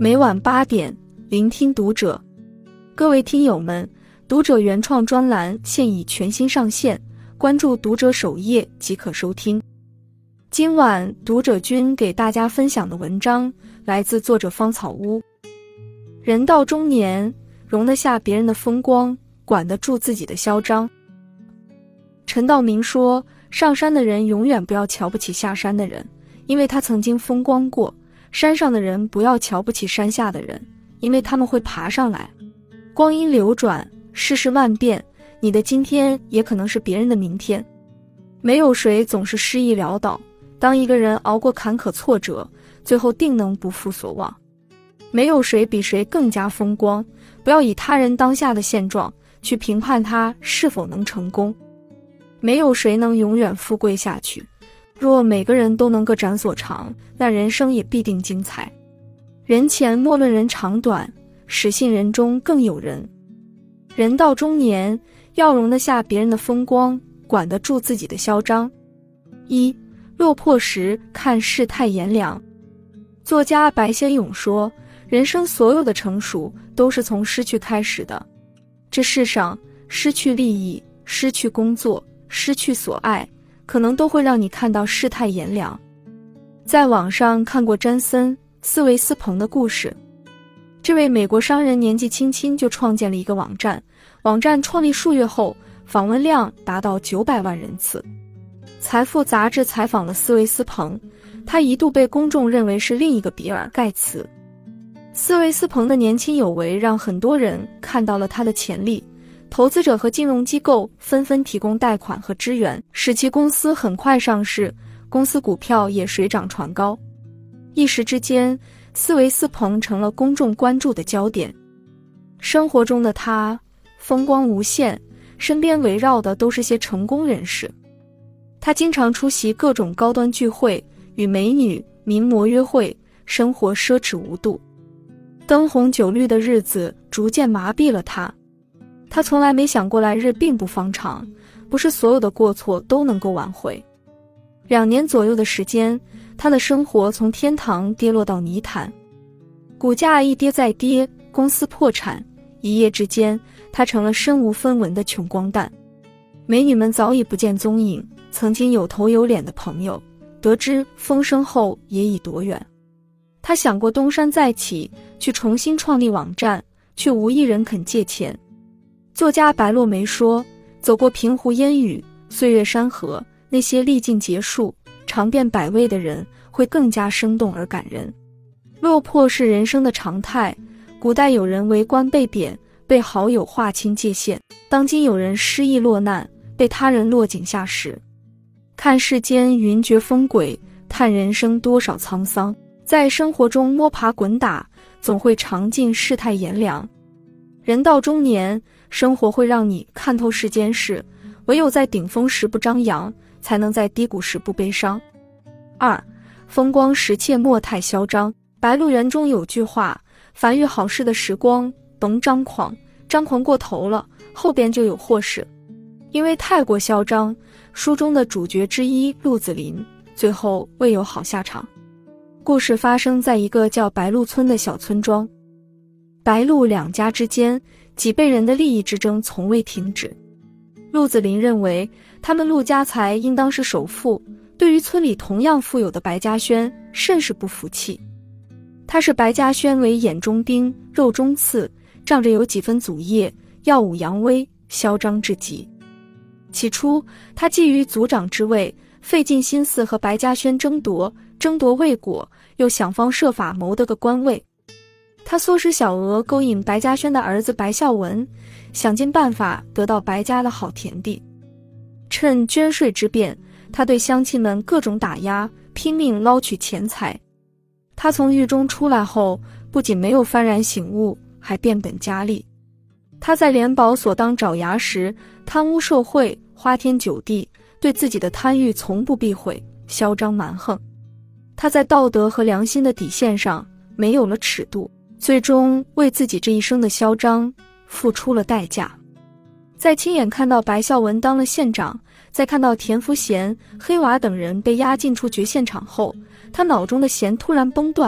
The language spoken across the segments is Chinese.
每晚8点，聆听读者。各位听友们，读者原创专栏现已全新上线，关注读者首页即可收听。今晚读者君给大家分享的文章来自作者芳草屋。人到中年，容得下别人的风光，管得住自己的嚣张。陈道明说，上山的人永远不要瞧不起下山的人，因为他曾经风光过；山上的人不要瞧不起山下的人，因为他们会爬上来。光阴流转，世事万变，你的今天也可能是别人的明天。没有谁总是失意潦倒，当一个人熬过坎坷挫折，最后定能不负所望。没有谁比谁更加风光，不要以他人当下的现状去评判他是否能成功。没有谁能永远富贵下去，若每个人都能各展所长，那人生也必定精彩。人前莫论人长短，始信人中更有人。人到中年，要容得下别人的风光，管得住自己的嚣张。一，落魄时看世态炎凉。作家白先勇说，人生所有的成熟都是从失去开始的。这世上，失去利益，失去工作，失去所爱，可能都会让你看到世态炎凉。在网上看过詹森·斯维斯彭的故事。这位美国商人年纪轻轻就创建了一个网站，网站创立数月后，访问量达到900万人次。财富杂志采访了斯维斯彭，他一度被公众认为是另一个比尔·盖茨。斯维斯彭的年轻有为让很多人看到了他的潜力，投资者和金融机构纷纷提供贷款和支援，使其公司很快上市，公司股票也水涨船高。一时之间，斯维斯彭成了公众关注的焦点。生活中的他风光无限，身边围绕的都是些成功人士。他经常出席各种高端聚会，与美女、名模约会，生活奢侈无度。灯红酒绿的日子逐渐麻痹了他。他从来没想过来日并不方长，不是所有的过错都能够挽回。2年左右的时间，他的生活从天堂跌落到泥潭，股价一跌再跌，公司破产，一夜之间，他成了身无分文的穷光蛋。美女们早已不见踪影，曾经有头有脸的朋友，得知风声后也已躲远。他想过东山再起，去重新创立网站，却无一人肯借钱。作家白落梅说，走过平湖烟雨，岁月山河，那些历尽劫数，尝遍百味的人，会更加生动而感人。落魄是人生的常态，古代有人为官被贬，被好友划清界限，当今有人失意落难，被他人落井下石。看世间云谲风诡，叹人生多少沧桑，在生活中摸爬滚打，总会尝尽世态炎凉。人到中年，生活会让你看透世间事，唯有在顶峰时不张扬，才能在低谷时不悲伤。2，风光时切莫太嚣张。白鹿原中有句话，凡遇好事的时光，甭张狂，张狂过头了，后边就有祸事。因为太过嚣张，书中的主角之一陆子霖最后未有好下场。故事发生在一个叫白鹿村的小村庄，白鹿两家之间几辈人的利益之争从未停止。陆子霖认为他们陆家财应当是首富，对于村里同样富有的白嘉轩甚是不服气。他视白嘉轩为眼中钉肉中刺，仗着有几分祖业，耀武扬威，嚣张至极。起初他觊觎族长之位，费尽心思和白嘉轩争夺未果，又想方设法谋得个官位。他唆使小娥勾引白嘉轩的儿子白孝文，想尽办法得到白家的好田地。趁捐税之便，他对乡亲们各种打压，拼命捞取钱财。他从狱中出来后，不仅没有幡然醒悟，还变本加厉。他在联保所当爪牙时，贪污受贿，花天酒地，对自己的贪欲从不避讳，嚣张蛮横。他在道德和良心的底线上没有了尺度，最终为自己这一生的嚣张付出了代价。在亲眼看到白孝文当了县长，在看到田福贤、黑娃等人被押进处决现场后，他脑中的弦突然崩断，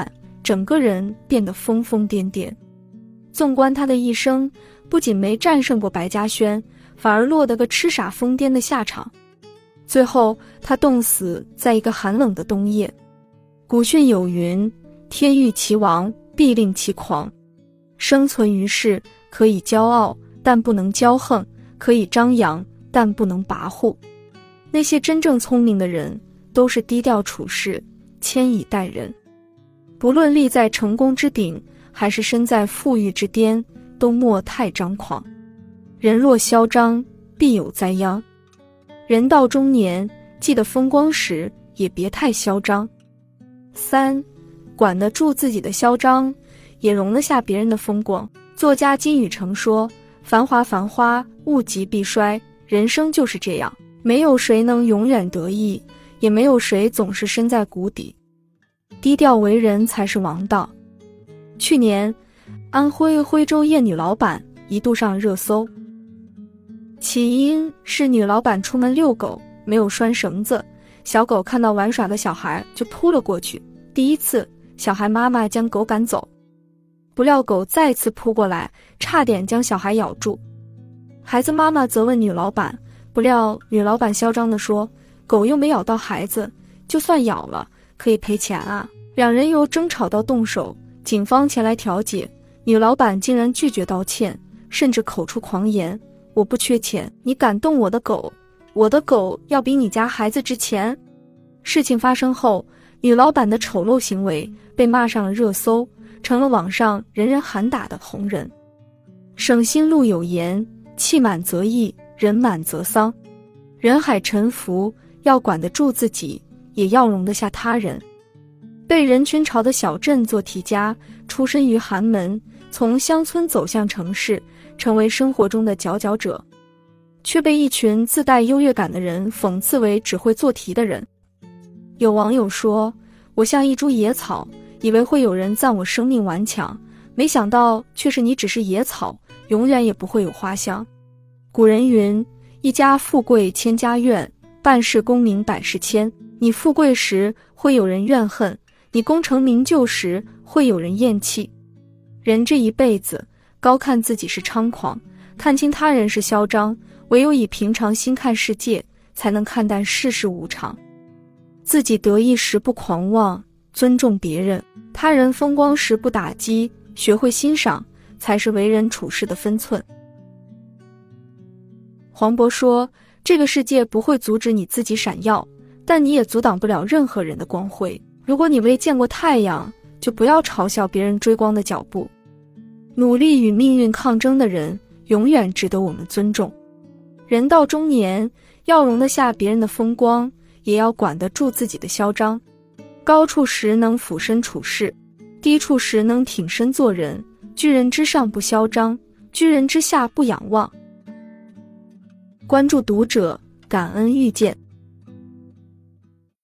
整个人变得疯疯癫癫。纵观他的一生，不仅没战胜过白嘉轩，反而落得个痴傻疯癫的下场。最后他冻死在一个寒冷的冬夜。古训有云：天欲其亡，必令其狂。生存于世，可以骄傲，但不能骄横；可以张扬，但不能跋扈。那些真正聪明的人，都是低调处事，谦以待人。不论立在成功之顶，还是身在富裕之巅，都莫太张狂。人若嚣张，必有灾殃。人到中年，记得风光时，也别太嚣张。3. 管得住自己的嚣张，也容得下别人的风光。作家金宇澄说：繁华繁花，物极必衰，人生就是这样，没有谁能永远得意，也没有谁总是身在谷底。低调为人才是王道。去年，安徽徽州验女老板一度上热搜，起因是女老板出门遛狗，没有拴绳子，小狗看到玩耍的小孩就扑了过去。第一次，小孩妈妈将狗赶走，不料狗再次扑过来，差点将小孩咬住。孩子妈妈责问女老板，不料女老板嚣张地说：狗又没咬到孩子，就算咬了，可以赔钱啊。两人由争吵到动手，警方前来调解，女老板竟然拒绝道歉，甚至口出狂言：我不缺钱，你敢动我的狗，我的狗要比你家孩子值钱。事情发生后，女老板的丑陋行为被骂上了热搜，成了网上人人喊打的红人。省心路有言：气满则溢，人满则丧。人海沉浮，要管得住自己，也要容得下他人。被人群嘲的小镇做题家，出身于寒门，从乡村走向城市，成为生活中的佼佼者，却被一群自带优越感的人讽刺为只会做题的人。有网友说：我像一株野草，以为会有人赞我生命顽强，没想到却是你只是野草，永远也不会有花香。古人云：一家富贵千家怨，办事功名百事谦。你富贵时会有人怨恨，你功成名就时会有人厌弃。人这一辈子，高看自己是猖狂，看清他人是嚣张，唯有以平常心看世界，才能看淡世事无常。自己得意时不狂妄，尊重别人；他人风光时不打击，学会欣赏，才是为人处事的分寸。黄渤说：这个世界不会阻止你自己闪耀，但你也阻挡不了任何人的光辉。如果你未见过太阳，就不要嘲笑别人追光的脚步。努力与命运抗争的人，永远值得我们尊重。人到中年，要容得下别人的风光，也要管得住自己的嚣张。高处时能俯身处事，低处时能挺身做人。居人之上不嚣张，居人之下不仰望。关注读者，感恩遇见。